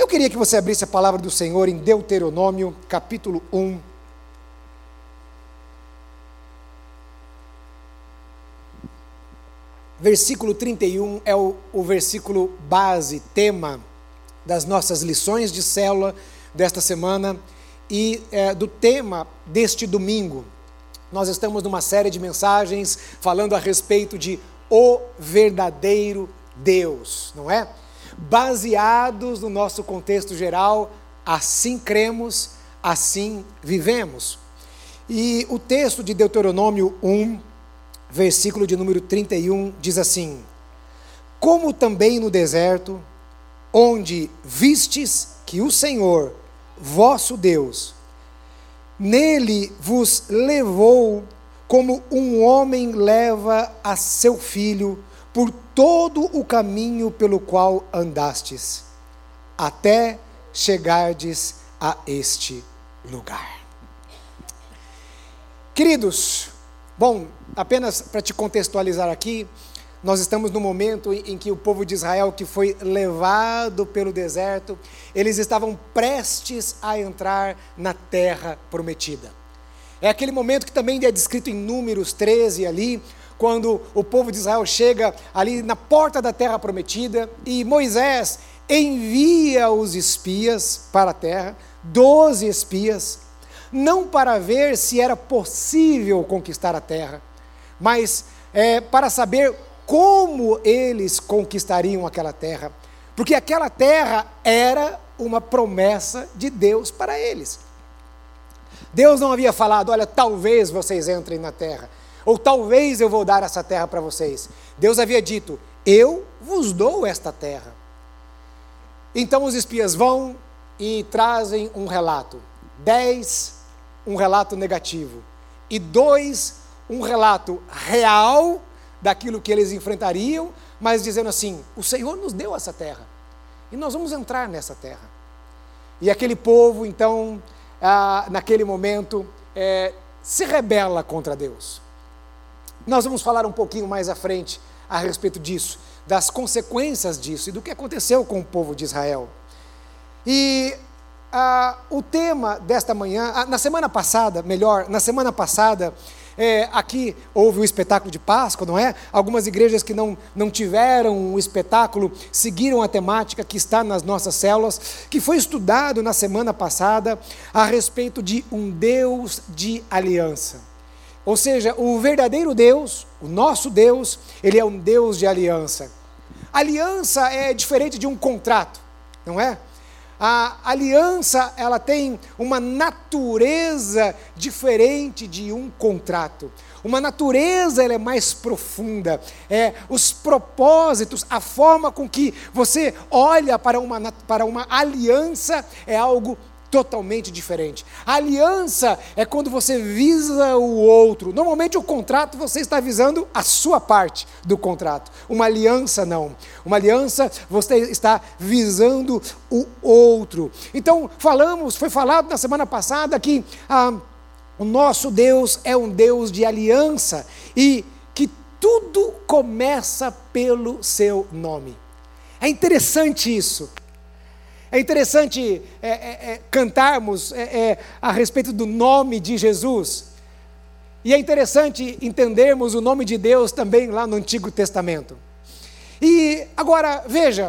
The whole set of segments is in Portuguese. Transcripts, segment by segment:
Eu queria que você abrisse a palavra do Senhor em Deuteronômio, capítulo 1. Versículo 31 é o versículo base, tema das nossas lições de célula desta semana e do tema deste domingo. Nós estamos numa série de mensagens falando a respeito de o verdadeiro Deus, não é? Baseados no nosso contexto geral, assim cremos, assim vivemos. E o texto de Deuteronômio 1, versículo de número 31, diz assim: como também no deserto, onde vistes que o Senhor, vosso Deus, nele vos levou como um homem leva a seu filho por todo o caminho pelo qual andastes, até chegardes a este lugar. Queridos, bom, apenas para te contextualizar aqui, nós estamos no momento em que o povo de Israel, que foi levado pelo deserto, eles estavam prestes a entrar na terra prometida. É aquele momento que também é descrito em Números 13 ali, quando o povo de Israel chega ali na porta da terra prometida e Moisés envia os espias para a terra, 12 espias, não para ver se era possível conquistar a terra, mas para saber como eles conquistariam aquela terra, porque aquela terra era uma promessa de Deus para eles. Deus não havia falado, olha, talvez vocês entrem na terra, ou talvez eu vou dar essa terra para vocês. Deus havia dito, eu vos dou esta terra. Então os espias vão e trazem um relato. 10, um relato negativo. E 2, um relato real daquilo que eles enfrentariam, mas dizendo assim, o Senhor nos deu essa terra, e nós vamos entrar nessa terra. E aquele povo, então, naquele momento, se rebela contra Deus. Nós vamos falar um pouquinho mais à frente a respeito disso, das consequências disso e do que aconteceu com o povo de Israel. E o tema desta manhã, na semana passada, aqui houve o espetáculo de Páscoa, não é? Algumas igrejas que não tiveram um espetáculo seguiram a temática que está nas nossas células, que foi estudado na semana passada a respeito de um Deus de aliança. Ou seja, o verdadeiro Deus, o nosso Deus, ele é um Deus de aliança. Aliança é diferente de um contrato, não é? A aliança, ela tem uma natureza diferente de um contrato. Uma natureza, ela é mais profunda. Os propósitos, a forma com que você olha para uma aliança é algo totalmente diferente. A aliança é quando você visa o outro. Normalmente o contrato você está visando a sua parte do contrato. Uma aliança não. Uma aliança você está visando o outro. Então foi falado na semana passada que o nosso Deus é um Deus de aliança e que tudo começa pelo seu nome. É interessante isso. É interessante cantarmos a respeito do nome de Jesus. E é interessante entendermos o nome de Deus também lá no Antigo Testamento. E agora, veja,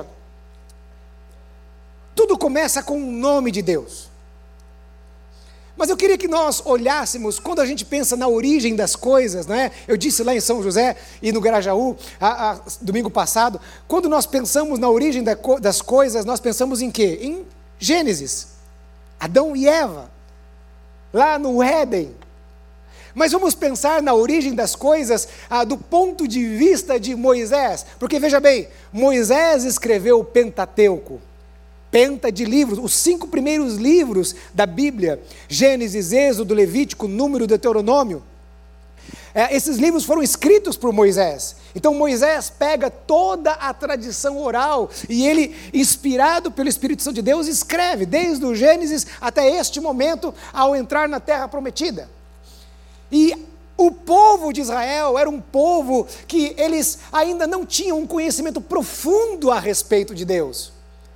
tudo começa com o nome de Deus. Mas eu queria que nós olhássemos, quando a gente pensa na origem das coisas, né? Eu disse lá em São José e no Grajaú, domingo passado, quando nós pensamos na origem das coisas, nós pensamos em quê? Em Gênesis, Adão e Eva, lá no Éden. Mas vamos pensar na origem das coisas do ponto de vista de Moisés, porque veja bem, Moisés escreveu o Pentateuco, penta de livros, os 5 primeiros livros da Bíblia, Gênesis, Êxodo, Levítico, Número, Deuteronômio. Esses livros foram escritos por Moisés. Então Moisés pega toda a tradição oral e ele, inspirado pelo Espírito Santo de Deus, escreve desde o Gênesis até este momento, ao entrar na terra prometida. E o povo de Israel era um povo que eles ainda não tinham um conhecimento profundo a respeito de Deus.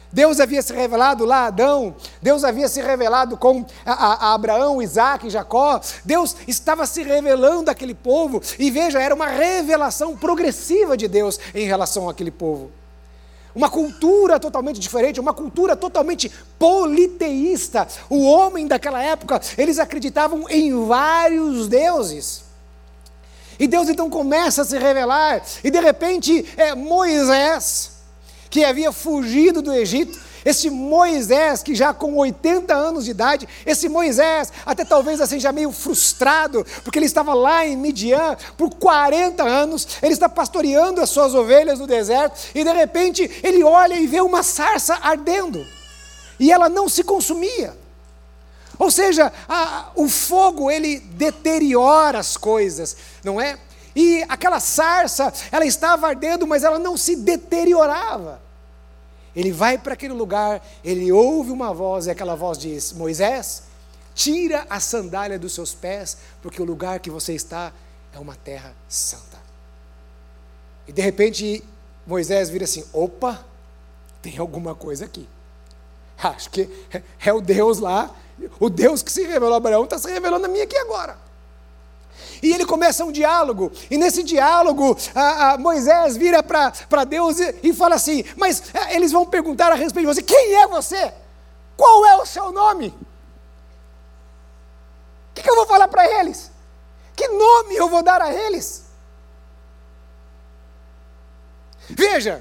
Deus havia se revelado lá a Adão, Deus havia se revelado com a Abraão, Isaac e Jacó, Deus estava se revelando àquele povo, e veja, era uma revelação progressiva de Deus em relação àquele povo. Uma cultura totalmente diferente, uma cultura totalmente politeísta. O homem daquela época, eles acreditavam em vários deuses. E Deus então começa a se revelar, e de repente Moisés, que havia fugido do Egito, esse Moisés que já com 80 anos de idade, esse Moisés até talvez assim já meio frustrado, porque ele estava lá em Midian por 40 anos, ele está pastoreando as suas ovelhas no deserto, e de repente ele olha e vê uma sarça ardendo, e ela não se consumia. Ou seja, o fogo ele deteriora as coisas, não é? E aquela sarça, ela estava ardendo, mas ela não se deteriorava. Ele vai para aquele lugar, ele ouve uma voz, e aquela voz diz: Moisés, tira a sandália dos seus pés, porque o lugar que você está é uma terra santa. E de repente, Moisés vira assim: opa, tem alguma coisa aqui. Acho que é o Deus lá, o Deus que se revelou a Abraão, está se revelando a mim aqui agora. E ele começa um diálogo, e nesse diálogo, Moisés vira para Deus e fala assim: mas eles vão perguntar a respeito de você, quem é você? Qual é o seu nome? O que eu vou falar para eles? Que nome eu vou dar a eles? Veja,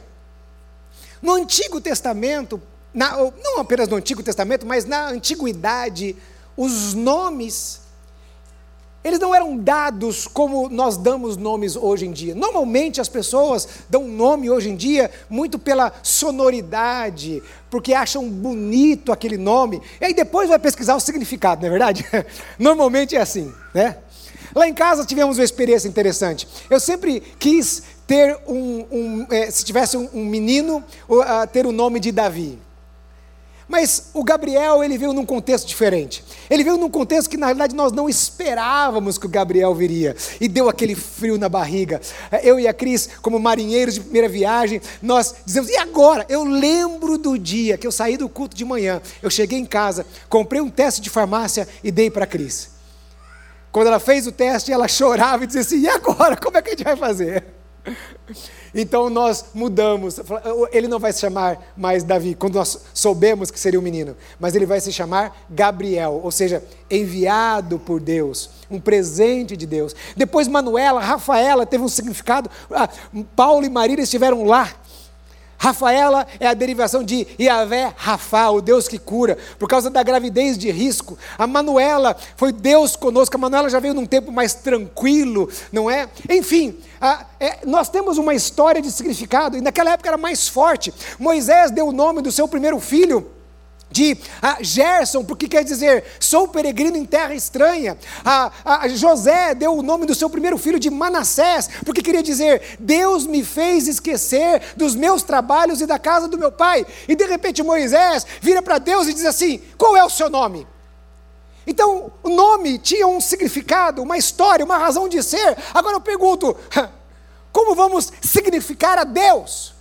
no Antigo Testamento, não apenas no Antigo Testamento, mas na Antiguidade, os nomes, eles não eram dados como nós damos nomes hoje em dia. Normalmente as pessoas dão nome hoje em dia muito pela sonoridade, porque acham bonito aquele nome, e aí depois vai pesquisar o significado, não é verdade? Normalmente é assim, né? Lá em casa tivemos uma experiência interessante. Eu sempre quis ter se tivesse um menino, ter o nome de Davi. Mas o Gabriel, ele veio num contexto diferente. Ele veio num contexto que, na realidade, nós não esperávamos que o Gabriel viria. E deu aquele frio na barriga. Eu e a Cris, como marinheiros de primeira viagem, nós dizemos: e agora? Eu lembro do dia que eu saí do culto de manhã. Eu cheguei em casa, comprei um teste de farmácia e dei para a Cris. Quando ela fez o teste, ela chorava e dizia assim: e agora? Como é que a gente vai fazer? Então nós mudamos, ele não vai se chamar mais Davi, quando nós soubemos que seria um menino, mas ele vai se chamar Gabriel, ou seja, enviado por Deus, um presente de Deus. Depois Manuela, Rafaela teve um significado, Paulo e Marília estiveram lá. Rafaela é a derivação de Yahvé Rafa, o Deus que cura, por causa da gravidez de risco. A Manuela foi Deus conosco. A Manuela já veio num tempo mais tranquilo, não é? Enfim, nós temos uma história de significado, e naquela época era mais forte. Moisés deu o nome do seu primeiro filho de Gerson, porque quer dizer, sou peregrino em terra estranha. José deu o nome do seu primeiro filho de Manassés, porque queria dizer, Deus me fez esquecer dos meus trabalhos e da casa do meu pai. E de repente Moisés vira para Deus e diz assim: qual é o seu nome? Então o nome tinha um significado, uma história, uma razão de ser. Agora eu pergunto, como vamos significar a Deus?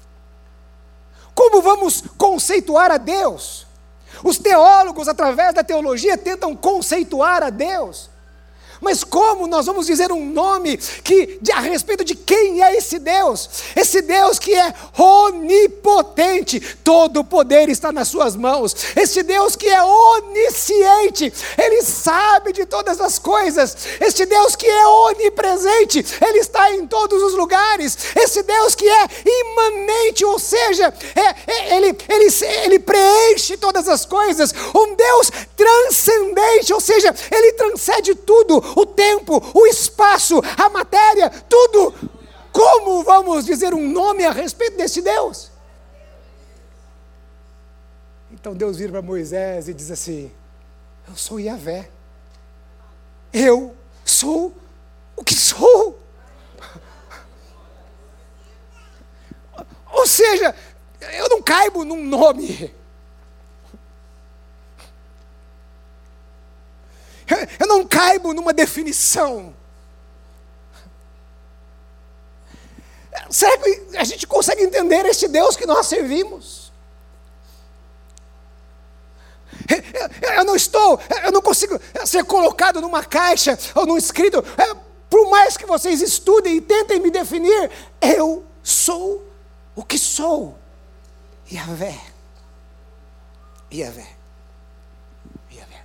Como vamos conceituar a Deus? Os teólogos, através da teologia, tentam conceituar a Deus. Mas como nós vamos dizer um nome a respeito de quem é esse Deus? Esse Deus que é onipotente, todo o poder está nas suas mãos. Esse Deus que é onisciente, Ele sabe de todas as coisas. Esse Deus que é onipresente, Ele está em todos os lugares. Esse Deus que é imanente, ou seja, Ele preenche todas as coisas. Um Deus transcendente, ou seja, Ele transcende tudo. O tempo, o espaço, a matéria, tudo. Como vamos dizer um nome a respeito desse Deus? Então Deus vira para Moisés e diz assim: eu sou Yahvé. Eu sou o que sou. Ou seja, eu não caibo num nome. Eu não caibo numa definição. Será que a gente consegue entender este Deus que nós servimos? eu não consigo ser colocado numa caixa ou num escrito. Por mais que vocês estudem e tentem me definir, eu sou o que sou. Yahvé. Yahvé. Yahvé.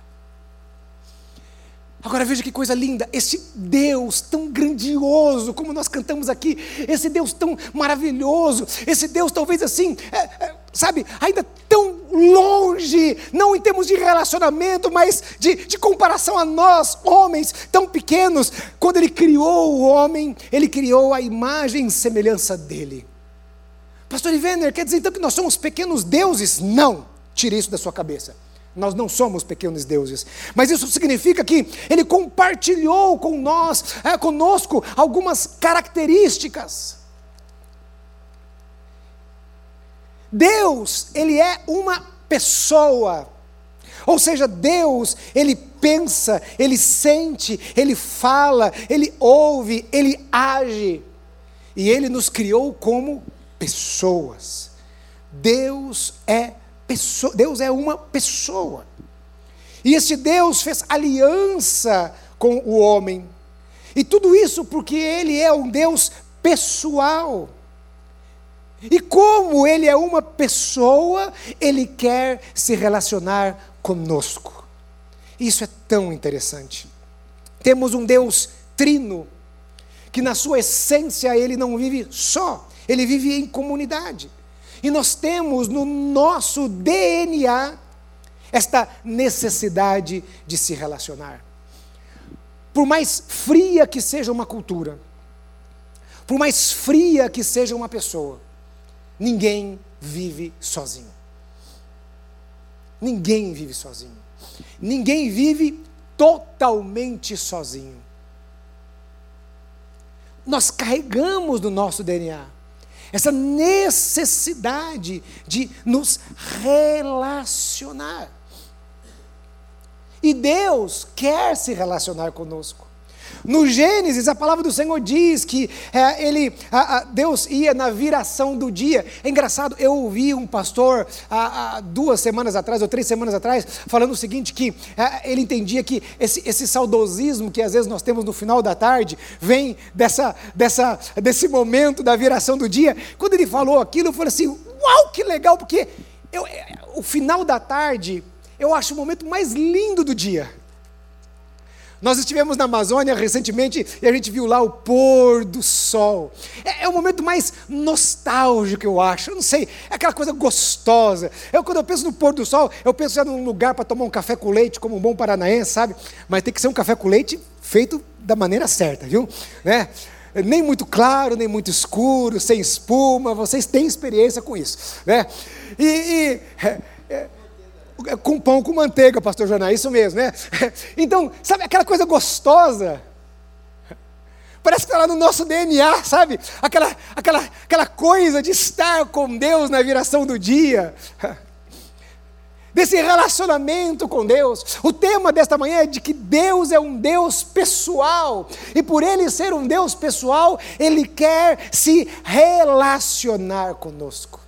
Agora veja que coisa linda, esse Deus tão grandioso, como nós cantamos aqui, esse Deus tão maravilhoso, esse Deus talvez assim, sabe, ainda tão longe, não em termos de relacionamento, mas de comparação a nós, homens tão pequenos. Quando Ele criou o homem, Ele criou a imagem e semelhança dEle. Pastor Ivener, quer dizer então que nós somos pequenos deuses? Não, tire isso da sua cabeça. Nós não somos pequenos deuses, mas isso significa que Ele compartilhou conosco algumas características. Deus, Ele é uma pessoa, ou seja, Deus, Ele pensa, Ele sente, Ele fala, Ele ouve, Ele age, e Ele nos criou como pessoas. Deus é uma pessoa, e esse Deus fez aliança com o homem, e tudo isso porque Ele é um Deus pessoal. E como Ele é uma pessoa, Ele quer se relacionar conosco. Isso é tão interessante. Temos um Deus trino, que na sua essência Ele não vive só, Ele vive em comunidade. E nós temos no nosso DNA esta necessidade de se relacionar. Por mais fria que seja uma cultura, por mais fria que seja uma pessoa, ninguém vive sozinho. Ninguém vive sozinho. Ninguém vive totalmente sozinho. Nós carregamos no nosso DNA essa necessidade de nos relacionar. E Deus quer se relacionar conosco. No Gênesis, a palavra do Senhor diz que Deus ia na viração do dia. É engraçado, eu ouvi um pastor há 2 semanas atrás, ou 3 semanas atrás, falando o seguinte, que ele entendia que esse saudosismo que às vezes nós temos no final da tarde, vem desse momento da viração do dia. Quando ele falou aquilo, eu falei assim, uau, que legal, porque o final da tarde, eu acho o momento mais lindo do dia. Nós estivemos na Amazônia recentemente e a gente viu lá o pôr do sol. É o momento mais nostálgico, eu acho. Eu não sei, é aquela coisa gostosa. Quando eu penso no pôr do sol, eu penso já num lugar para tomar um café com leite, como um bom paranaense, sabe? Mas tem que ser um café com leite feito da maneira certa, viu? Né? Nem muito claro, nem muito escuro, sem espuma. Vocês têm experiência com isso, né? Com pão com manteiga, pastor Jornal, isso mesmo, né? Então, sabe aquela coisa gostosa? Parece que está lá no nosso DNA, sabe? Aquela coisa de estar com Deus na viração do dia. Desse relacionamento com Deus. O tema desta manhã é de que Deus é um Deus pessoal. E por Ele ser um Deus pessoal, Ele quer se relacionar conosco.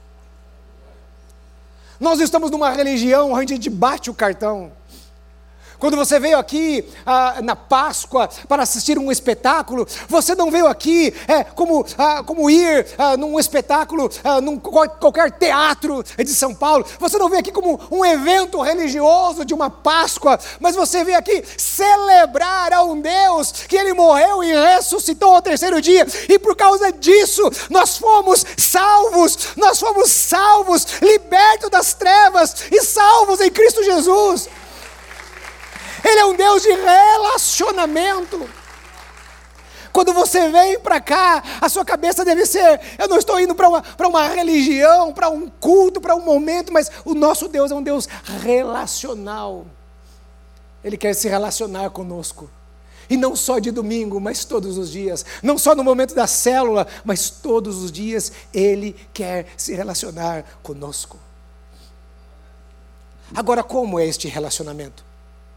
Nós estamos numa religião onde a gente bate o cartão. Quando você veio aqui na Páscoa para assistir um espetáculo, você não veio aqui como ir num espetáculo, num qualquer teatro de São Paulo. Você não veio aqui como um evento religioso de uma Páscoa, mas você veio aqui celebrar a um Deus que Ele morreu e ressuscitou ao 3º dia. E por causa disso, nós fomos salvos, libertos das trevas e salvos em Cristo Jesus. Ele é um Deus de relacionamento. Quando você vem para cá, a sua cabeça deve ser, eu não estou indo para uma religião, para um culto, para um momento, mas o nosso Deus é um Deus relacional. Ele quer se relacionar conosco. E não só de domingo, mas todos os dias. Não só no momento da célula, mas todos os dias Ele quer se relacionar conosco. Agora, como é este relacionamento?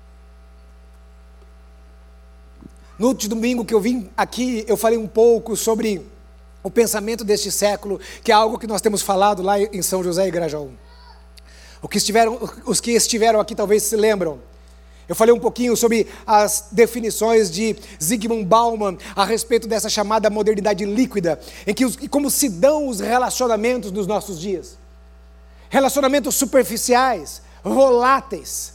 No último domingo que eu vim aqui, eu falei um pouco sobre o pensamento deste século, que é algo que nós temos falado lá em São José e Grajaú. Os que estiveram aqui talvez se lembram. Eu falei um pouquinho sobre as definições de Zygmunt Bauman a respeito dessa chamada modernidade líquida, e como se dão os relacionamentos nos nossos dias. Relacionamentos superficiais, voláteis,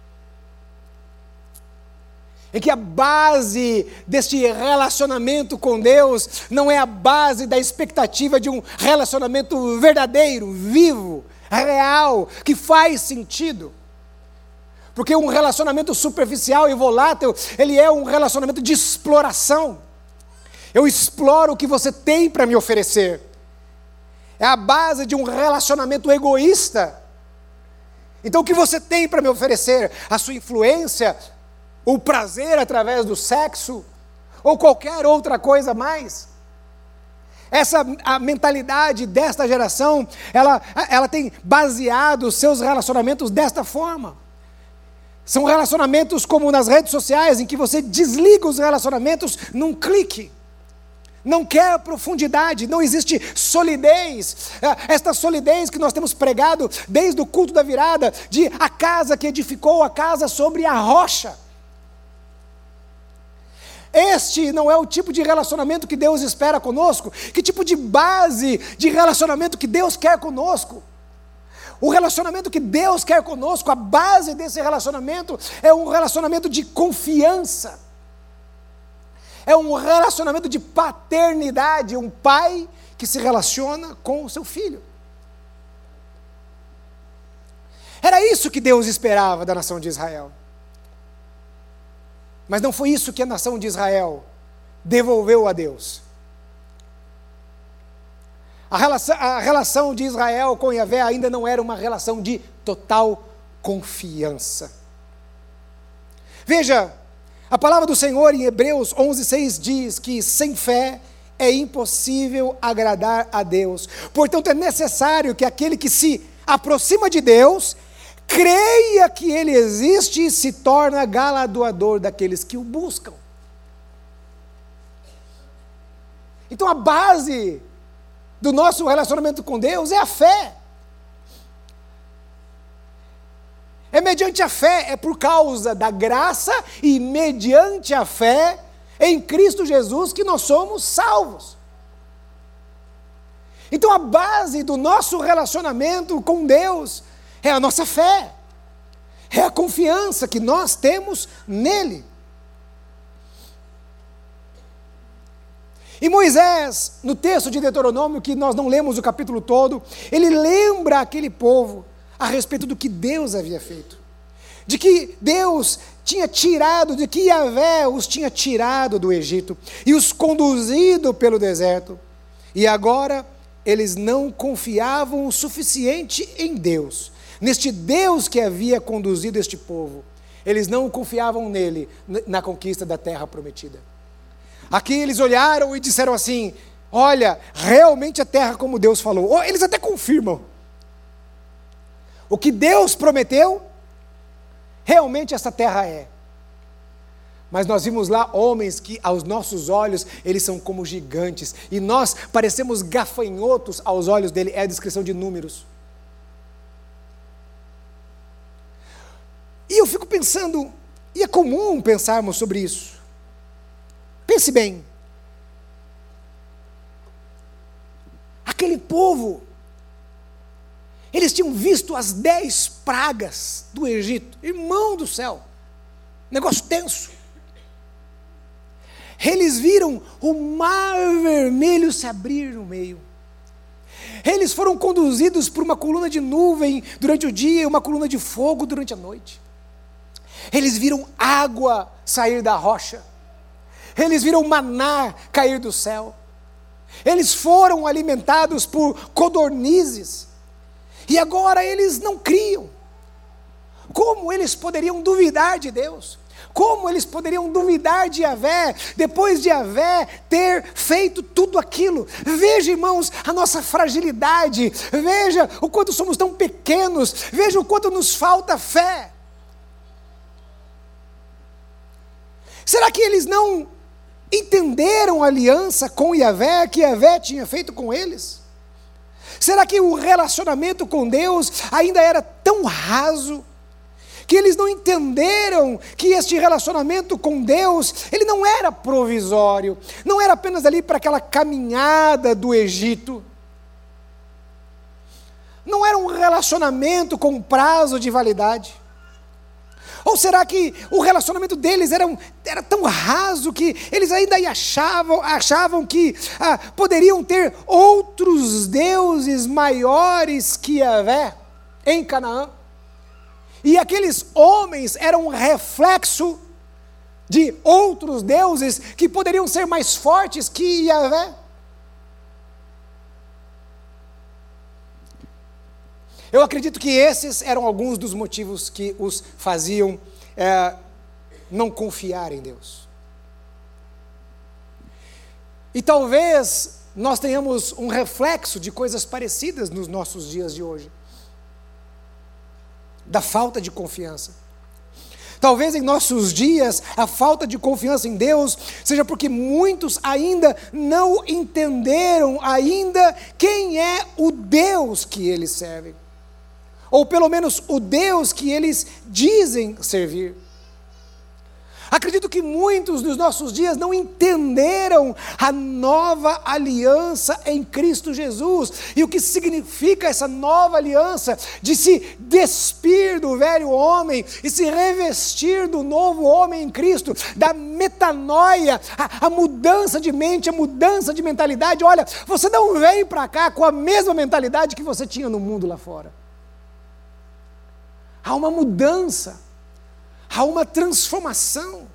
em que a base deste relacionamento com Deus não é a base da expectativa de um relacionamento verdadeiro, vivo, real, que faz sentido. Porque um relacionamento superficial e volátil, ele é um relacionamento de exploração. Eu exploro o que você tem para me oferecer. É a base de um relacionamento egoísta. Então o que você tem para me oferecer? A sua influência, o prazer através do sexo, ou qualquer outra coisa mais? A mentalidade desta geração, ela tem baseado os seus relacionamentos desta forma. São relacionamentos como nas redes sociais, em que você desliga os relacionamentos num clique. Não quer profundidade, não existe solidez. Esta solidez que nós temos pregado desde o culto da virada, de a casa que edificou a casa sobre a rocha. Este não é o tipo de relacionamento que Deus espera conosco. Que tipo de base de relacionamento que Deus quer conosco? O relacionamento que Deus quer conosco, a base desse relacionamento é um relacionamento de confiança. É um relacionamento de paternidade, um pai que se relaciona com o seu filho. Era isso que Deus esperava da nação de Israel. Mas não foi isso que a nação de Israel devolveu a Deus. A relação de Israel com Yahvé ainda não era uma relação de total confiança. Veja, a palavra do Senhor em Hebreus 11:6 diz que sem fé é impossível agradar a Deus. Portanto, é necessário que aquele que se aproxima de Deus creia que Ele existe e se torna galardoador daqueles que o buscam. Então a base do nosso relacionamento com Deus é a fé. É mediante a fé, é por causa da graça e mediante a fé em Cristo Jesus que nós somos salvos. Então a base do nosso relacionamento com Deus é a nossa fé, é a confiança que nós temos nele. E Moisés, no texto de Deuteronômio, que nós não lemos o capítulo todo, ele lembra aquele povo a respeito do que Deus havia feito. De que Deus tinha tirado, de que Yahvé os tinha tirado do Egito e os conduzido pelo deserto. E agora eles não confiavam o suficiente em Deus, neste Deus que havia conduzido este povo. Eles não confiavam nele na conquista da terra prometida. Aqui eles olharam e disseram assim: olha, realmente a terra como Deus falou. Ou eles até confirmam. O que Deus prometeu, realmente essa terra é. Mas nós vimos lá homens que aos nossos olhos, eles são como gigantes. E nós parecemos gafanhotos aos olhos dele. É a descrição de Números. E eu fico pensando, e é comum pensarmos sobre isso. Pense bem, aquele povo, eles tinham visto as 10 pragas do Egito, irmão do céu, negócio tenso. Eles viram o mar vermelho se abrir no meio. Eles foram conduzidos por uma coluna de nuvem durante o dia e uma coluna de fogo durante a noite. Eles viram água sair da rocha. Eles viram maná cair do céu. Eles foram alimentados por codornizes. E agora eles não criam. Como eles poderiam duvidar de Deus? Como eles poderiam duvidar de Yahvé, depois de Yahvé ter feito tudo aquilo? Veja, irmãos, a nossa fragilidade. Veja o quanto somos tão pequenos. Veja o quanto nos falta fé. Será que eles não entenderam a aliança com Yahvé, que Yahvé tinha feito com eles? Será que o relacionamento com Deus ainda era tão raso, que eles não entenderam que este relacionamento com Deus, ele não era provisório, não era apenas ali para aquela caminhada do Egito, não era um relacionamento com prazo de validade? Ou será que o relacionamento deles era tão raso que eles ainda achavam que poderiam ter outros deuses maiores que Yahvé em Canaã? E aqueles homens eram um reflexo de outros deuses que poderiam ser mais fortes que Yahvé? Eu acredito que esses eram alguns dos motivos que os faziam não confiar em Deus. E talvez nós tenhamos um reflexo de coisas parecidas nos nossos dias de hoje, da falta de confiança. Talvez em nossos dias a falta de confiança em Deus seja porque muitos ainda não entenderam ainda quem é o Deus que eles servem, ou pelo menos o Deus que eles dizem servir. Acredito que muitos dos nossos dias não entenderam a nova aliança em Cristo Jesus, e o que significa essa nova aliança, de se despir do velho homem, e se revestir do novo homem em Cristo, da metanoia, a mudança de mente, a mudança de mentalidade. Olha, você não vem para cá com a mesma mentalidade que você tinha no mundo lá fora. Há uma mudança, há uma transformação.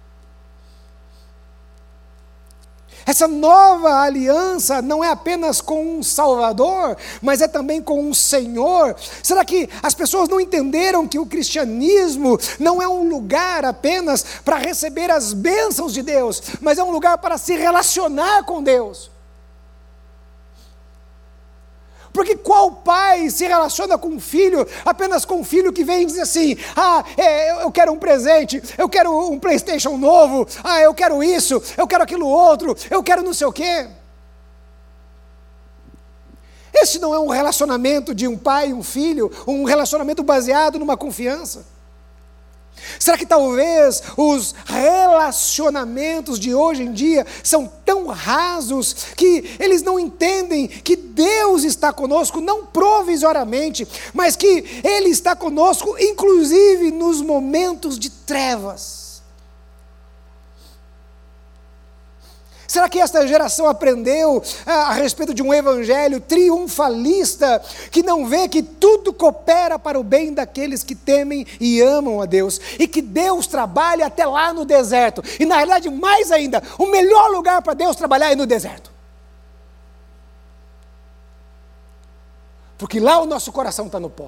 Essa nova aliança não é apenas com um Salvador, mas é também com um Senhor. Será que as pessoas não entenderam que o cristianismo não é um lugar apenas para receber as bênçãos de Deus, mas é um lugar para se relacionar com Deus? Porque qual pai se relaciona com um filho, apenas com um filho que vem e diz assim: eu quero um presente, eu quero um PlayStation novo, eu quero isso, eu quero aquilo outro, eu quero não sei o quê. Esse não é um relacionamento de um pai e um filho, um relacionamento baseado numa confiança. Será que talvez os relacionamentos de hoje em dia são tão rasos que eles não entendem que Deus está conosco, não provisoriamente, mas que Ele está conosco inclusive nos momentos de trevas? Será que esta geração aprendeu a respeito de um evangelho triunfalista, que não vê que tudo coopera para o bem daqueles que temem e amam a Deus, e que Deus trabalha até lá no deserto, e na realidade mais ainda, o melhor lugar para Deus trabalhar é no deserto, porque lá o nosso coração está no pó,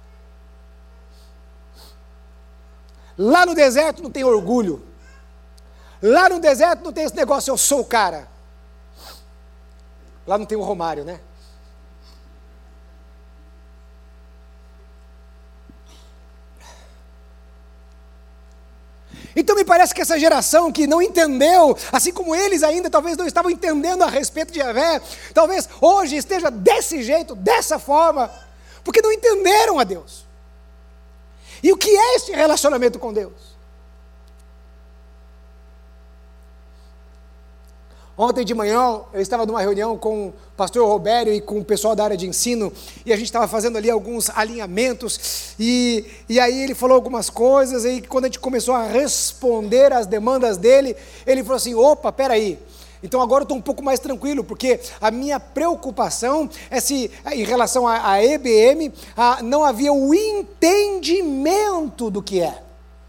lá no deserto não tem orgulho, lá no deserto não tem esse negócio, eu sou o cara. Lá não tem o Romário, né? Então me parece que essa geração que não entendeu, assim como eles ainda talvez não estavam entendendo a respeito de Yahvé, talvez hoje esteja desse jeito, dessa forma, porque não entenderam a Deus. E o que é este relacionamento com Deus? Ontem de manhã eu estava numa reunião com o pastor Robério e com o pessoal da área de ensino, e a gente estava fazendo ali alguns alinhamentos, e aí ele falou algumas coisas, e quando a gente começou a responder às demandas dele, ele falou assim: opa, peraí, então agora eu estou um pouco mais tranquilo, porque a minha preocupação é se, em relação à EBM, não havia o entendimento do que é.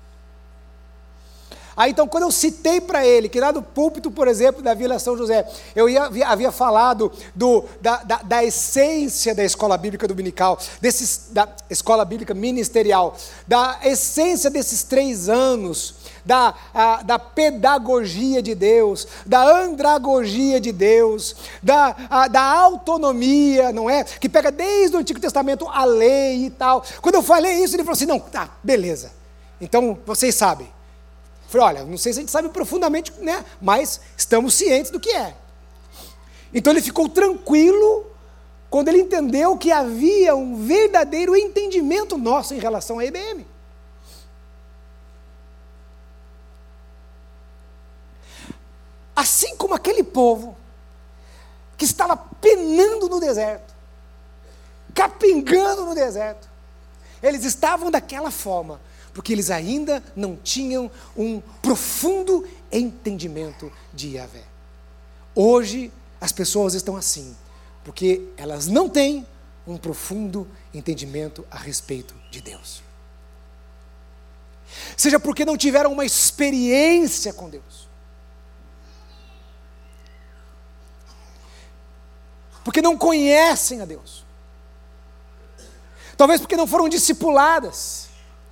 Aí então, quando eu citei para ele que lá no púlpito, por exemplo, da Vila São José, eu havia falado da essência da escola bíblica dominical, da escola bíblica ministerial, da essência desses 3 anos, da pedagogia de Deus, da andragogia de Deus, da autonomia, não é? Que pega desde o Antigo Testamento a lei e tal. Quando eu falei isso, ele falou assim: não, tá, beleza, então vocês sabem. Eu falei: olha, não sei se a gente sabe profundamente, né? Mas estamos cientes do que é. Então ele ficou tranquilo quando ele entendeu que havia um verdadeiro entendimento nosso em relação à IBM. Assim como aquele povo que estava penando no deserto, capengando no deserto, eles estavam daquela forma, porque eles ainda não tinham um profundo entendimento de Yahvé. Hoje, as pessoas estão assim, porque elas não têm um profundo entendimento a respeito de Deus. Seja porque não tiveram uma experiência com Deus, porque não conhecem a Deus, talvez porque não foram discipuladas.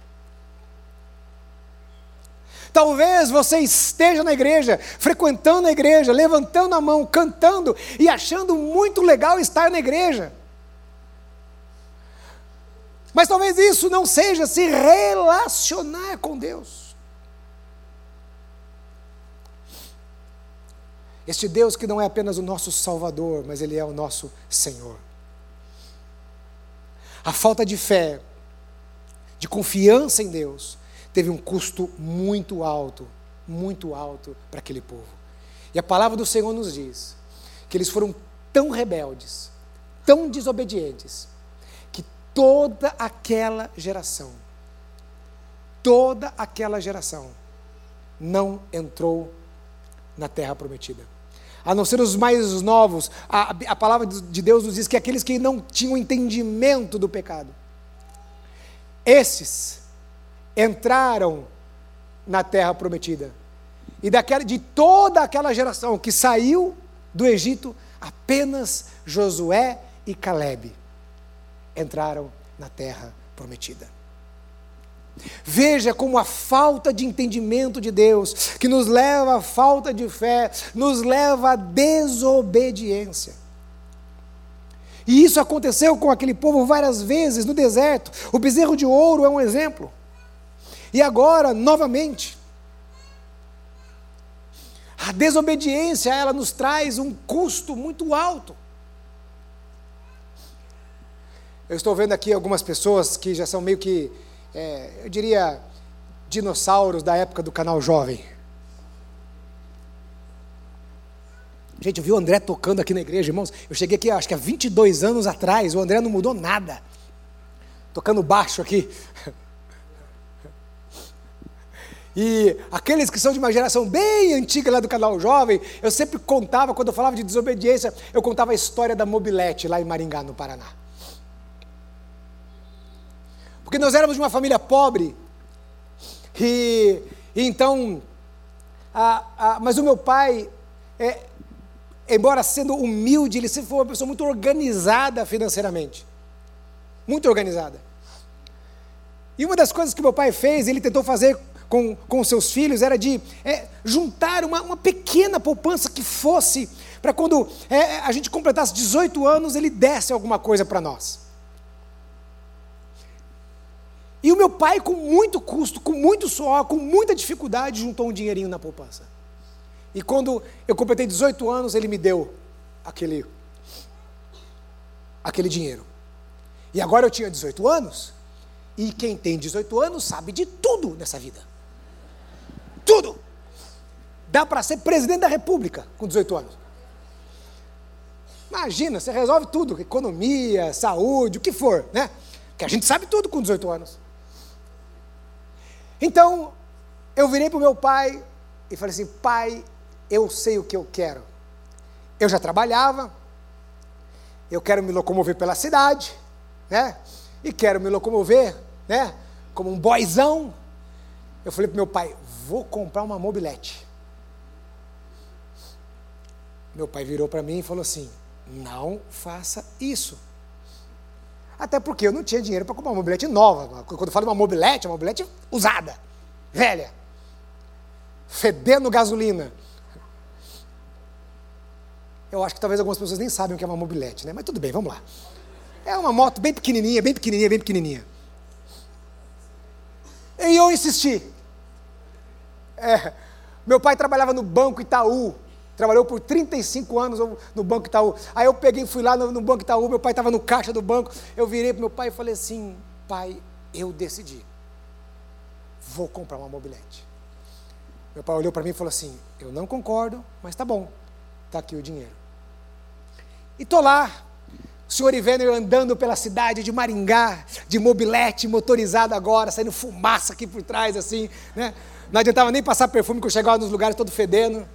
Talvez você esteja na igreja, frequentando a igreja, levantando a mão, cantando e achando muito legal estar na igreja. Mas talvez isso não seja se relacionar com Deus. Este Deus que não é apenas o nosso Salvador, mas Ele é o nosso Senhor. A falta de fé, de confiança em Deus, teve um custo muito alto para aquele povo. E a palavra do Senhor nos diz que eles foram tão rebeldes, tão desobedientes, que toda aquela geração não entrou na terra prometida. A não ser os mais novos, a palavra de Deus nos diz que aqueles que não tinham entendimento do pecado, esses entraram na terra prometida. E de toda aquela geração que saiu do Egito, apenas Josué e Calebe entraram na terra prometida. Veja como a falta de entendimento de Deus, que nos leva à falta de fé, nos leva à desobediência. E isso aconteceu com aquele povo várias vezes no deserto. O bezerro de ouro é um exemplo. E agora, novamente, a desobediência, ela nos traz um custo muito alto. Eu estou vendo aqui algumas pessoas que já são meio que, eu diria, dinossauros da época do canal Jovem. Gente, eu vi o André tocando aqui na igreja, irmãos. Eu cheguei aqui, acho que há 22 anos atrás, o André não mudou nada. Tocando baixo aqui. E aqueles que são de uma geração bem antiga lá do canal Jovem, eu sempre contava, quando eu falava de desobediência, eu contava a história da Mobilete lá em Maringá, no Paraná. Porque nós éramos de uma família pobre, e então, mas o meu pai, embora sendo humilde, ele sempre foi uma pessoa muito organizada financeiramente, muito organizada. E uma das coisas que meu pai fez, ele tentou fazer com seus filhos, era de juntar uma pequena poupança que fosse, para quando a gente completasse 18 anos, ele desse alguma coisa para nós. E o meu pai, com muito custo, com muito suor, com muita dificuldade, juntou um dinheirinho na poupança. E quando eu completei 18 anos, ele me deu aquele dinheiro. E agora eu tinha 18 anos, e quem tem 18 anos sabe de tudo nessa vida. Tudo. Dá para ser presidente da República com 18 anos. Imagina, você resolve tudo, economia, saúde, o que for, né? Porque a gente sabe tudo com 18 anos. Então, eu virei para o meu pai e falei assim: pai, eu sei o que eu quero. Eu já trabalhava, eu quero me locomover pela cidade, né? E quero me locomover, né? Como um boyzão. Eu falei para o meu pai: vou comprar uma Mobilete. Meu pai virou para mim e falou assim: não faça isso. Até porque eu não tinha dinheiro para comprar uma Mobilete nova. Quando eu falo uma Mobilete usada, velha, fedendo gasolina. Eu acho que talvez algumas pessoas nem sabem o que é uma Mobilete, né? Mas tudo bem, vamos lá. É uma moto bem pequenininha, bem pequenininha, bem pequenininha. E eu insisti. Meu pai trabalhava no Banco Itaú, Trabalhou por 35 anos no Banco Itaú. Aí eu peguei e fui lá no Banco Itaú, meu pai estava no caixa do banco, eu virei para meu pai e falei assim, pai, eu decidi, vou comprar uma mobilete. Meu pai olhou para mim e falou assim, eu não concordo, mas tá bom, está aqui o dinheiro. E estou lá, o senhor Ivener andando pela cidade de Maringá, de mobilete motorizado agora, saindo fumaça aqui por trás, assim, né? Não adiantava nem passar perfume, que eu chegava nos lugares todo fedendo.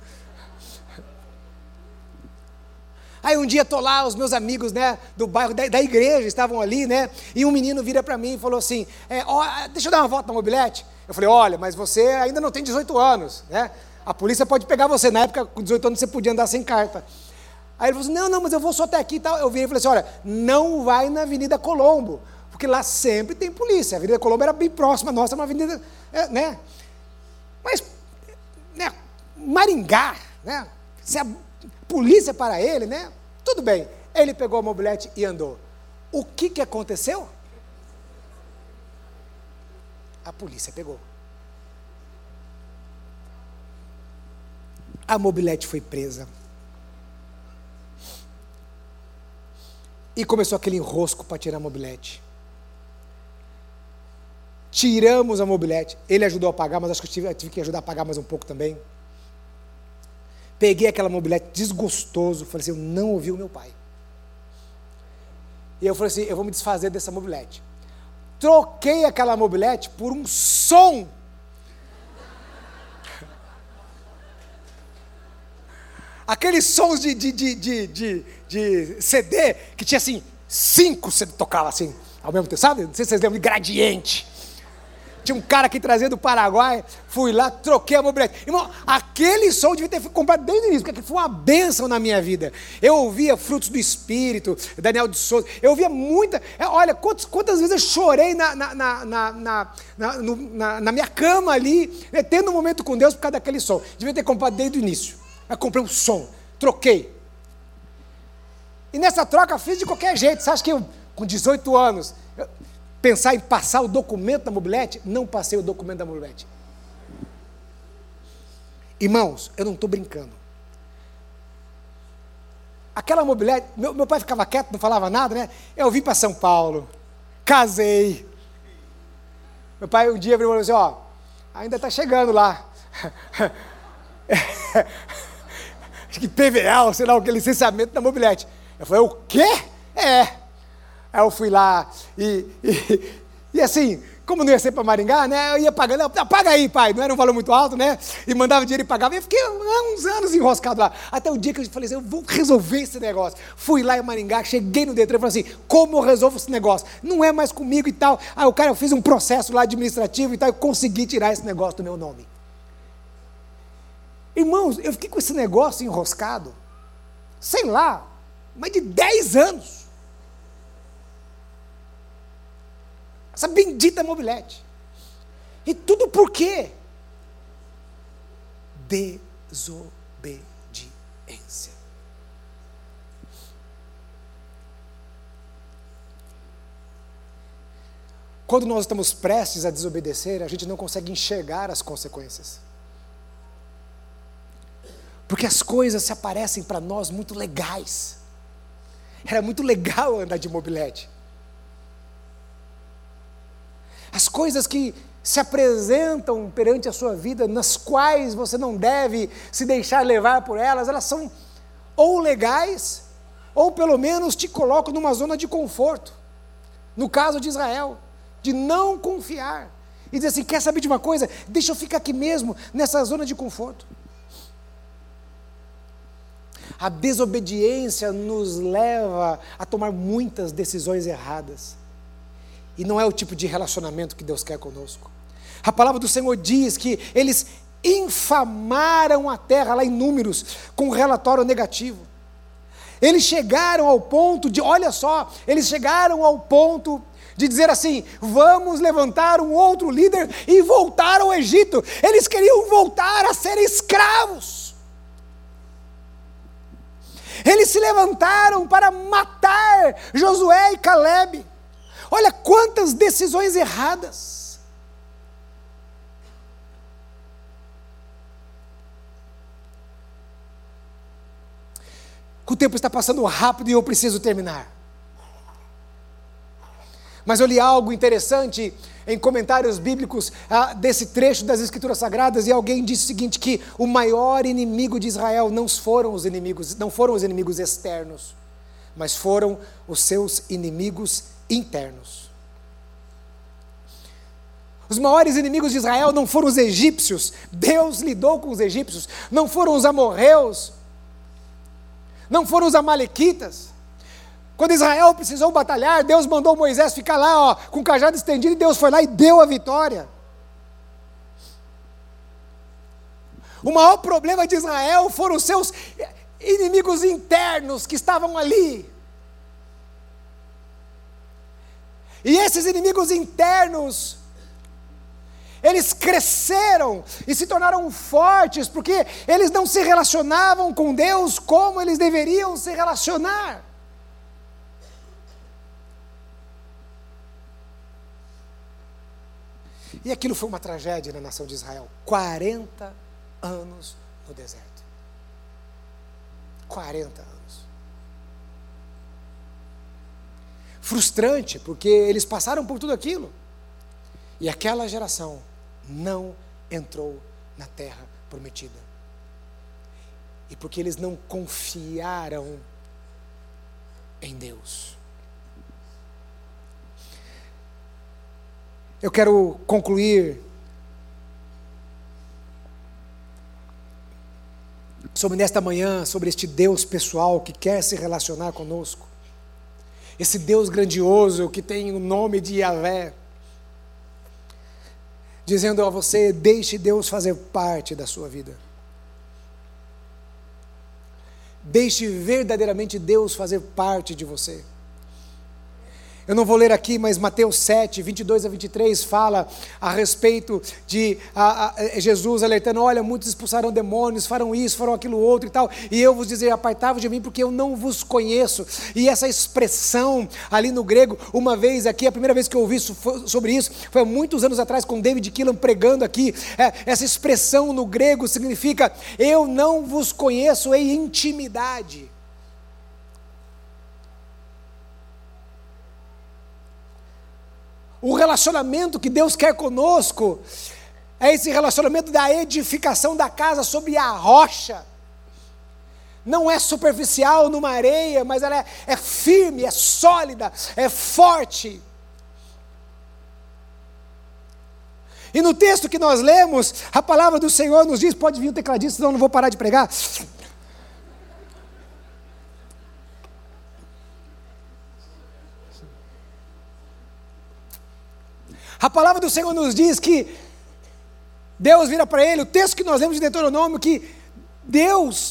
Aí um dia estou lá, os meus amigos, né, do bairro, da igreja, estavam ali, né, e um menino vira para mim e falou assim, deixa eu dar uma volta na mobilete. Eu falei, olha, mas você ainda não tem 18 anos, né, a polícia pode pegar você, na época com 18 anos você podia andar sem carta. Aí ele falou assim, não, mas eu vou só até aqui e tal. Eu virei e falei assim, olha, não vai na Avenida Colombo, porque lá sempre tem polícia, a Avenida Colombo era bem próxima, nossa, uma avenida, né, mas, né, Maringá, né, se a polícia para ele, né? Tudo bem. Ele pegou a mobilete e andou. O que aconteceu? A polícia pegou. A mobilete foi presa. E começou aquele enrosco para tirar a mobilete. Tiramos a mobilete. Ele ajudou a pagar, mas acho que eu tive que ajudar a pagar mais um pouco também. Peguei aquela mobilete desgostoso, falei assim, eu não ouvi o meu pai. E eu falei assim, eu vou me desfazer dessa mobilete. Troquei aquela mobilete por um som. Aqueles sons de CD, que tinha assim, 5 CD tocava assim, ao mesmo tempo, sabe? Não sei se vocês lembram de Gradiente. Tinha um cara que trazia do Paraguai, fui lá, troquei a mobilete. Irmão, aquele som eu devia ter comprado desde o início, porque foi uma bênção na minha vida. Eu ouvia Frutos do Espírito, Daniel de Souza, eu ouvia muita... Olha, quantas vezes eu chorei na minha cama ali, né, tendo um momento com Deus por causa daquele som. Devia ter comprado desde o início. Eu comprei um som, troquei. E nessa troca fiz de qualquer jeito. Você acha que eu, com 18 anos... pensar em passar o documento da mobilete, não passei o documento da mobilete. Irmãos, eu não estou brincando. Aquela mobilete, meu pai ficava quieto, não falava nada, né? Eu vim para São Paulo, casei. Meu pai um dia falou assim, ainda está chegando lá. Acho que PVA, sei lá o que, licenciamento da mobilete. Eu falei, o quê? Aí eu fui lá e assim, como não ia ser para Maringá, né, eu ia pagando, paga aí, pai, não era um valor muito alto, né, e mandava dinheiro e pagava, e eu fiquei uns anos enroscado lá, até o dia que eu falei assim, eu vou resolver esse negócio. Fui lá em Maringá, cheguei no Detran e falei assim, como eu resolvo esse negócio? Não é mais comigo e tal. Aí eu fiz um processo lá administrativo e tal, e consegui tirar esse negócio do meu nome. Irmãos, eu fiquei com esse negócio enroscado, sei lá, mais de 10 anos. Essa bendita mobilete. E tudo por quê? Desobediência. Quando nós estamos prestes a desobedecer, a gente não consegue enxergar as consequências. Porque as coisas se aparecem para nós muito legais. Era muito legal andar de mobilete. As coisas que se apresentam perante a sua vida, nas quais você não deve se deixar levar por elas, elas são ou legais, ou pelo menos te colocam numa zona de conforto. No caso de Israel, de não confiar. E dizer assim, quer saber de uma coisa? Deixa eu ficar aqui mesmo, nessa zona de conforto. A desobediência nos leva a tomar muitas decisões erradas. E não é o tipo de relacionamento que Deus quer conosco. A palavra do Senhor diz que eles infamaram a terra, lá em Números, com um relatório negativo. Eles chegaram ao ponto de, olha só, eles chegaram ao ponto de dizer assim, vamos levantar um outro líder e voltar ao Egito. Eles queriam voltar a ser escravos. Eles se levantaram para matar Josué e Calebe. Olha quantas decisões erradas. que o tempo está passando rápido e eu preciso terminar. Mas eu li algo interessante em comentários bíblicos desse trecho das Escrituras Sagradas, e alguém disse o seguinte, que o maior inimigo de Israel não foram os inimigos externos, mas foram os seus inimigos internos. Os maiores inimigos de Israel não foram os egípcios, Deus lidou com os egípcios, não foram os amorreus, não foram os amalequitas. Quando Israel precisou batalhar, Deus mandou Moisés ficar lá, com o cajado estendido, e Deus foi lá e deu a vitória. O maior problema de Israel foram os seus inimigos internos que estavam ali. E esses inimigos internos, eles cresceram e se tornaram fortes, porque eles não se relacionavam com Deus como eles deveriam se relacionar. E aquilo foi uma tragédia na nação de Israel. 40 anos no deserto. 40 anos. Frustrante, porque eles passaram por tudo aquilo. E aquela geração não entrou na terra prometida. E porque eles não confiaram em Deus. Eu quero concluir nesta manhã, sobre este Deus pessoal que quer se relacionar conosco. Esse Deus grandioso que tem o nome de Yahvé, dizendo a você, deixe Deus fazer parte da sua vida. Deixe verdadeiramente Deus fazer parte de você. Eu não vou ler aqui, mas Mateus 7, 22 a 23 fala a respeito de Jesus alertando, olha, muitos expulsarão demônios, farão isso, farão aquilo outro e tal, e eu vos dizer, apartai-vos de mim, porque eu não vos conheço. E essa expressão ali no grego, uma vez aqui, a primeira vez que eu ouvi sobre isso, foi há muitos anos atrás, com David Keelan pregando aqui, essa expressão no grego significa, eu não vos conheço em intimidade. O relacionamento que Deus quer conosco é esse relacionamento da edificação da casa sobre a rocha. Não é superficial numa areia, mas ela é firme, é sólida, é forte. E no texto que nós lemos, a palavra do Senhor nos diz, pode vir o tecladista, senão eu não vou parar de pregar. A palavra do Senhor nos diz que Deus vira para ele, o texto que nós lemos de Deuteronômio, que Deus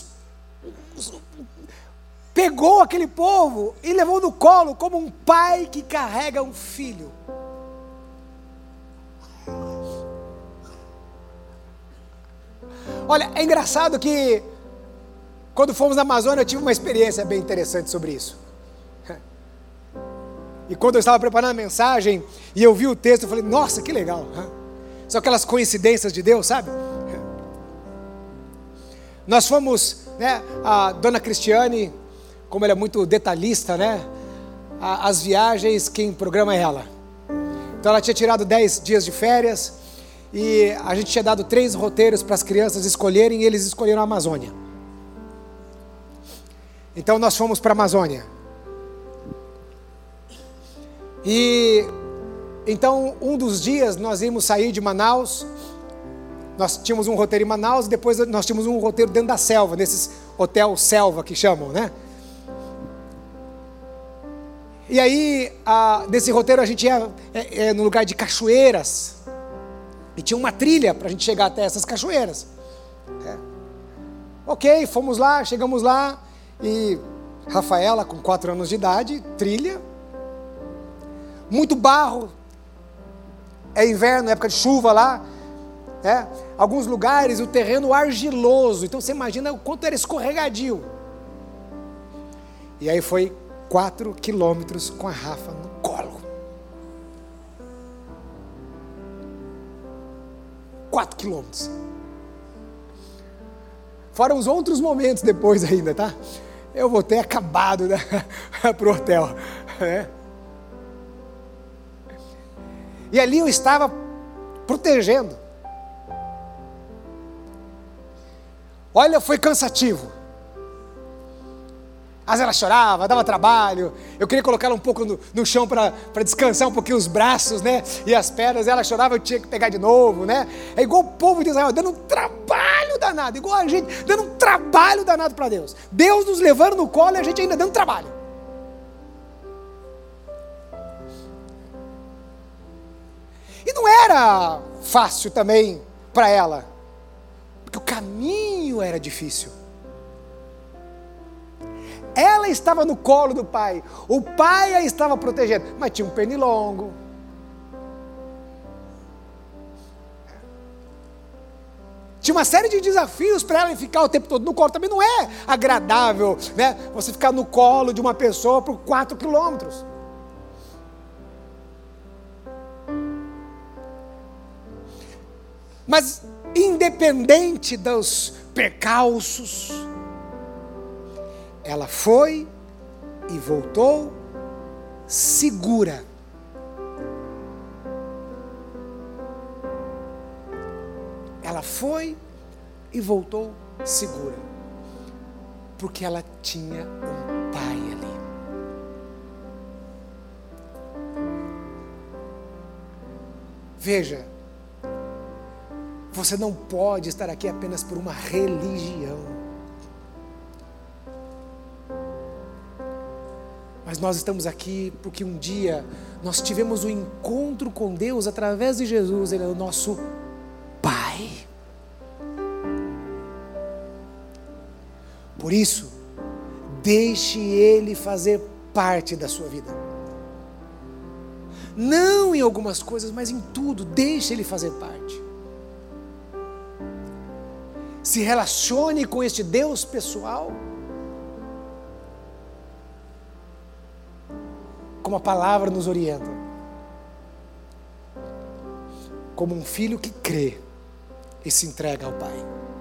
pegou aquele povo e levou no colo como um pai que carrega um filho. Olha, é engraçado que quando fomos na Amazônia eu tive uma experiência bem interessante sobre isso. E quando eu estava preparando a mensagem e eu vi o texto, eu falei, nossa, que legal. São aquelas coincidências de Deus, sabe? Nós fomos, a dona Cristiane, como ela é muito detalhista, as viagens, quem programa é ela. Então ela tinha tirado 10 dias de férias e a gente tinha dado 3 roteiros para as crianças escolherem e eles escolheram a Amazônia. Então nós fomos para a Amazônia. E então um dos dias nós íamos sair de Manaus, nós tínhamos um roteiro em Manaus e depois nós tínhamos um roteiro dentro da selva, nesses hotel selva que chamam, E aí, nesse roteiro a gente ia no lugar de cachoeiras, e tinha uma trilha para a gente chegar até essas cachoeiras. Ok, fomos lá, chegamos lá, e Rafaela com 4 anos de idade, trilha, muito barro, é inverno, época de chuva lá, alguns lugares o terreno argiloso, então você imagina o quanto era escorregadio. E aí foi 4 quilômetros com a Rafa no colo. 4 quilômetros. Fora os outros momentos depois ainda, tá? eu vou ter acabado para o hotel. Né? E ali eu estava protegendo. Olha, foi cansativo. Às vezes ela chorava, dava trabalho, eu queria colocar ela um pouco no chão para descansar um pouquinho os braços, né, e as pernas, ela chorava, eu tinha que pegar de novo, né, é igual o povo de Israel, dando um trabalho danado, igual a gente, dando um trabalho danado para Deus, Deus nos levando no colo e a gente ainda dando trabalho. E não era fácil também para ela, porque o caminho era difícil. Ela estava no colo do pai, o pai a estava protegendo, mas tinha um pernilongo. Tinha uma série de desafios para ela ficar o tempo todo no colo. Também não é agradável, né? Você ficar no colo de uma pessoa por 4 quilômetros. Mas independente dos percalços, ela foi e voltou segura. Ela foi e voltou segura. Porque ela tinha um pai ali. Veja, você não pode estar aqui apenas por uma religião. Mas nós estamos aqui porque um dia nós tivemos um encontro com Deus através de Jesus. Ele é o nosso Pai. Por isso, deixe Ele fazer parte da sua vida. Não em algumas coisas, mas em tudo, deixe Ele fazer parte. Se relacione com este Deus pessoal, como a palavra nos orienta, como um filho que crê e se entrega ao Pai.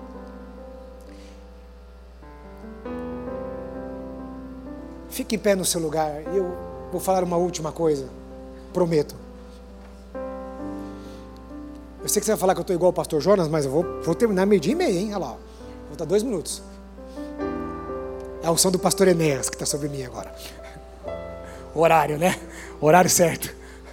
Fique em pé no seu lugar e eu vou falar uma última coisa, prometo. Eu sei que você vai falar que eu estou igual o pastor Jonas, mas eu vou terminar 12:30, hein? Olha lá, vou dar 2 minutos. É a unção do pastor Enéas que está sobre mim agora. Horário, né? Horário certo.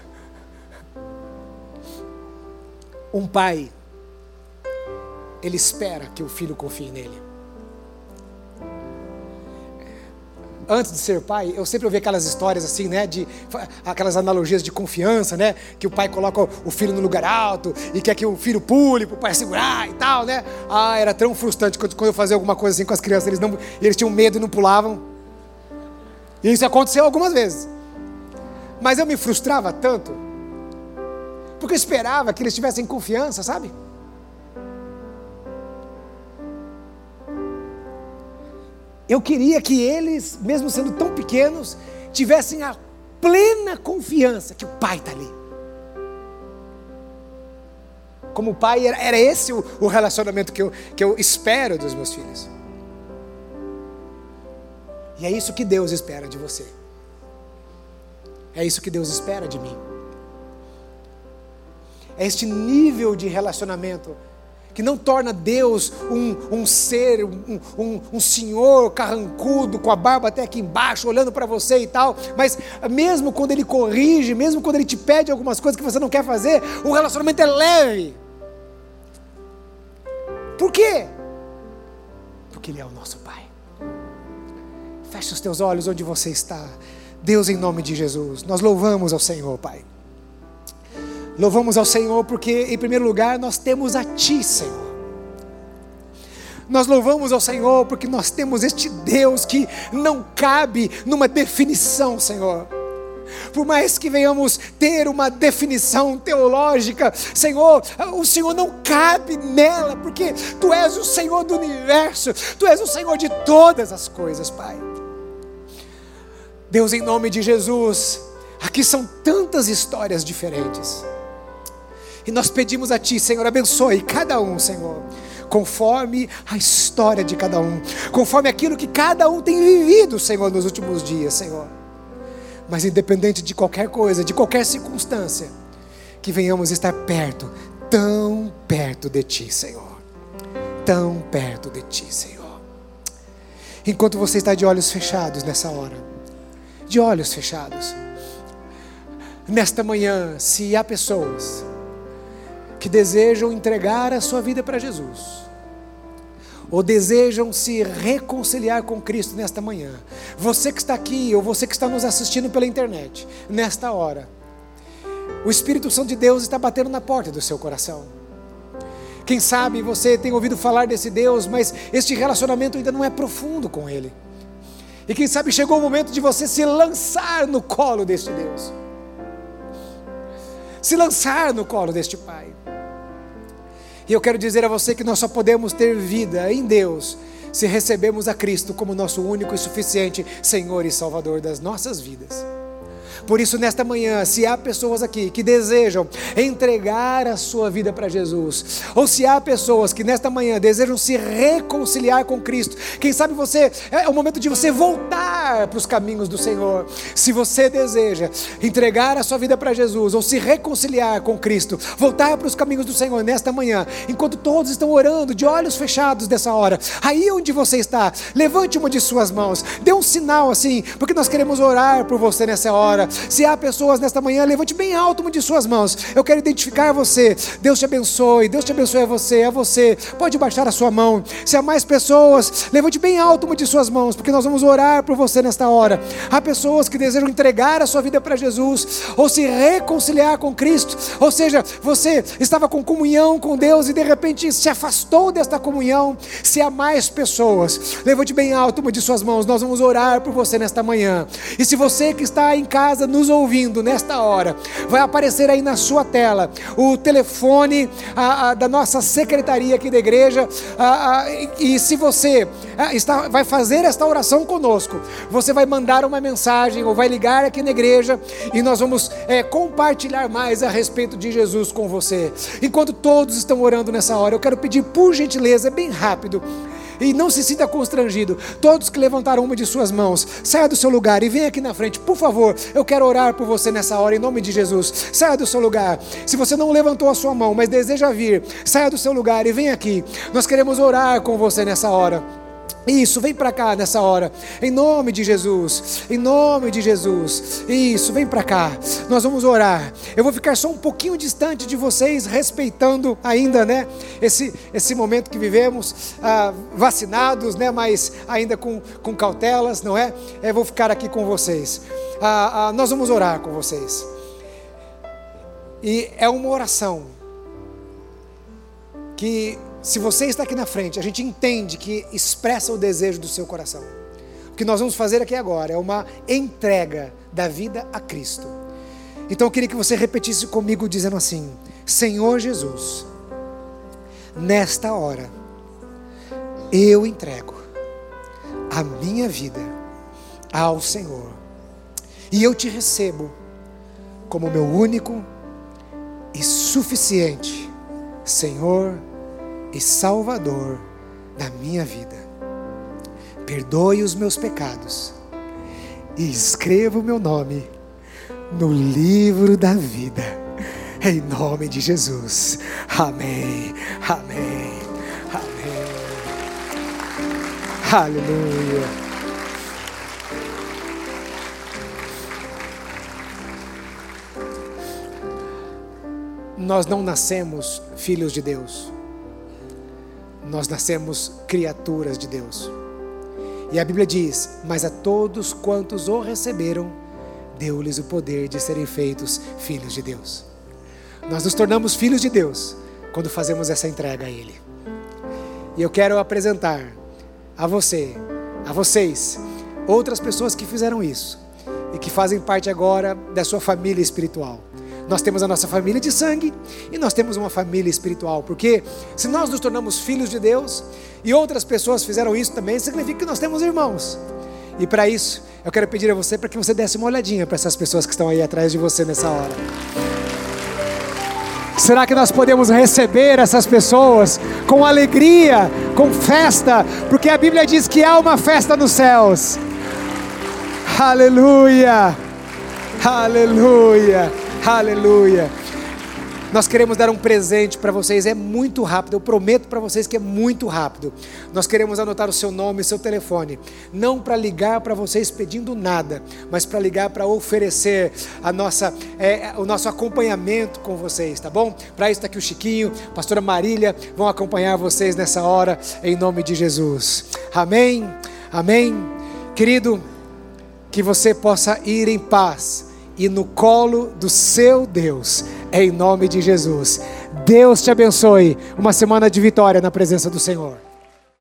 Um pai, ele espera que o filho confie nele. Antes de ser pai, eu sempre ouvi aquelas histórias assim, né? Aquelas analogias de confiança, né? Que o pai coloca o filho no lugar alto e quer que o filho pule para o pai segurar e tal, né? Ah, era tão frustrante quando eu fazia alguma coisa assim com as crianças, eles tinham medo e não pulavam. E isso aconteceu algumas vezes. Mas eu me frustrava tanto, porque eu esperava que eles tivessem confiança, sabe? Eu queria que eles, mesmo sendo tão pequenos, tivessem a plena confiança que o pai está ali. Como pai, era esse o relacionamento que eu espero dos meus filhos. E é isso que Deus espera de você. É isso que Deus espera de mim. É este nível de relacionamento que não torna Deus um ser, um senhor carrancudo, com a barba até aqui embaixo, olhando para você e tal, mas mesmo quando Ele corrige, mesmo quando Ele te pede algumas coisas que você não quer fazer, o relacionamento é leve. Por quê? Porque Ele é o nosso Pai. Feche os teus olhos onde você está. Deus, em nome de Jesus, nós louvamos ao Senhor, Pai. Louvamos ao Senhor porque, em primeiro lugar, nós temos a Ti, Senhor. Nós louvamos ao Senhor porque nós temos este Deus que não cabe numa definição, Senhor. Por mais que venhamos ter uma definição teológica, Senhor, o Senhor não cabe nela, porque Tu és o Senhor do universo, Tu és o Senhor de todas as coisas, Pai. Deus, em nome de Jesus, aqui são tantas histórias diferentes. E nós pedimos a Ti, Senhor, abençoe cada um, Senhor, conforme a história de cada um, conforme aquilo que cada um tem vivido, Senhor, nos últimos dias, Senhor. Mas independente de qualquer coisa, de qualquer circunstância, que venhamos estar perto, tão perto de Ti, Senhor. Tão perto de Ti, Senhor. Enquanto você está de olhos fechados nessa hora, de olhos fechados, nesta manhã, se há pessoas que desejam entregar a sua vida para Jesus, ou desejam se reconciliar com Cristo nesta manhã, você que está aqui, ou você que está nos assistindo pela internet, nesta hora, o Espírito Santo de Deus está batendo na porta do seu coração. Quem sabe você tem ouvido falar desse Deus, mas este relacionamento ainda não é profundo com Ele. E quem sabe chegou o momento de você se lançar no colo deste Deus, se lançar no colo deste Pai. E eu quero dizer a você que nós só podemos ter vida em Deus se recebemos a Cristo como nosso único e suficiente Senhor e Salvador das nossas vidas. Por isso, nesta manhã, se há pessoas aqui que desejam entregar a sua vida para Jesus, ou se há pessoas que nesta manhã desejam se reconciliar com Cristo, quem sabe é o momento de você voltar para os caminhos do Senhor. Se você deseja entregar a sua vida para Jesus, ou se reconciliar com Cristo, voltar para os caminhos do Senhor nesta manhã, enquanto todos estão orando de olhos fechados dessa hora, aí onde você está, levante uma de suas mãos, dê um sinal assim, porque nós queremos orar por você nessa hora. Se há pessoas nesta manhã, levante bem alto uma de suas mãos. Eu quero identificar você. Deus te abençoe a você. Pode baixar a sua mão. Se há mais pessoas, levante bem alto uma de suas mãos, porque nós vamos orar por você nesta hora. Há pessoas que desejam entregar a sua vida para Jesus, ou se reconciliar com Cristo, ou seja, você estava com comunhão com Deus e de repente se afastou desta comunhão. Se há mais pessoas, levante bem alto uma de suas mãos. Nós vamos orar por você nesta manhã. E se você que está em casa nos ouvindo nesta hora, vai aparecer aí na sua tela o telefone da nossa secretaria aqui da igreja, e se você vai fazer esta oração conosco, você vai mandar uma mensagem ou vai ligar aqui na igreja e nós vamos compartilhar mais a respeito de Jesus com você. Enquanto todos estão orando nessa hora, eu quero pedir por gentileza, bem rápido, e não se sinta constrangido, todos que levantaram uma de suas mãos, saia do seu lugar e venha aqui na frente, por favor. Eu quero orar por você nessa hora, em nome de Jesus. Saia do seu lugar. Se você não levantou a sua mão, mas deseja vir, saia do seu lugar e venha aqui. Nós queremos orar com você nessa hora. Isso, vem para cá nessa hora, em nome de Jesus, em nome de Jesus. Isso, vem para cá, nós vamos orar. Eu vou ficar só um pouquinho distante de vocês, respeitando ainda, né, esse momento que vivemos, vacinados, né, mas ainda com cautelas, não é? Eu vou ficar aqui com vocês. Nós vamos orar com vocês. E é uma oração que, se você está aqui na frente, a gente entende que expressa o desejo do seu coração. O que nós vamos fazer aqui agora é uma entrega da vida a Cristo. Então eu queria que você repetisse comigo dizendo assim: Senhor Jesus, nesta hora eu entrego a minha vida ao Senhor e eu te recebo como meu único e suficiente Senhor e Salvador da minha vida. Perdoe os meus pecados e escreva o meu nome no livro da vida, em nome de Jesus. Amém, amém, amém. Aleluia. Nós não nascemos filhos de Deus, nós nascemos criaturas de Deus. E a Bíblia diz: mas a todos quantos o receberam, deu-lhes o poder de serem feitos filhos de Deus. Nós nos tornamos filhos de Deus quando fazemos essa entrega a Ele. E eu quero apresentar a vocês, outras pessoas que fizeram isso e que fazem parte agora da sua família espiritual. Nós temos a nossa família de sangue e nós temos uma família espiritual, porque se nós nos tornamos filhos de Deus e outras pessoas fizeram isso também, significa que nós temos irmãos. E para isso, eu quero pedir a você para que você desse uma olhadinha para essas pessoas que estão aí atrás de você nessa hora. Será que nós podemos receber essas pessoas com alegria, com festa? Porque a Bíblia diz que há uma festa nos céus. Aleluia, aleluia, aleluia. Nós queremos dar um presente para vocês, é muito rápido, eu prometo para vocês que é muito rápido. Nós queremos anotar o seu nome e seu telefone, não para ligar para vocês pedindo nada, mas para ligar para oferecer o nosso acompanhamento com vocês, tá bom? Para isso está aqui o Chiquinho, a pastora Marília, vão acompanhar vocês nessa hora, em nome de Jesus. Amém, amém. Querido, que você possa ir em paz e no colo do seu Deus, em nome de Jesus. Deus te abençoe. Uma semana de vitória na presença do Senhor.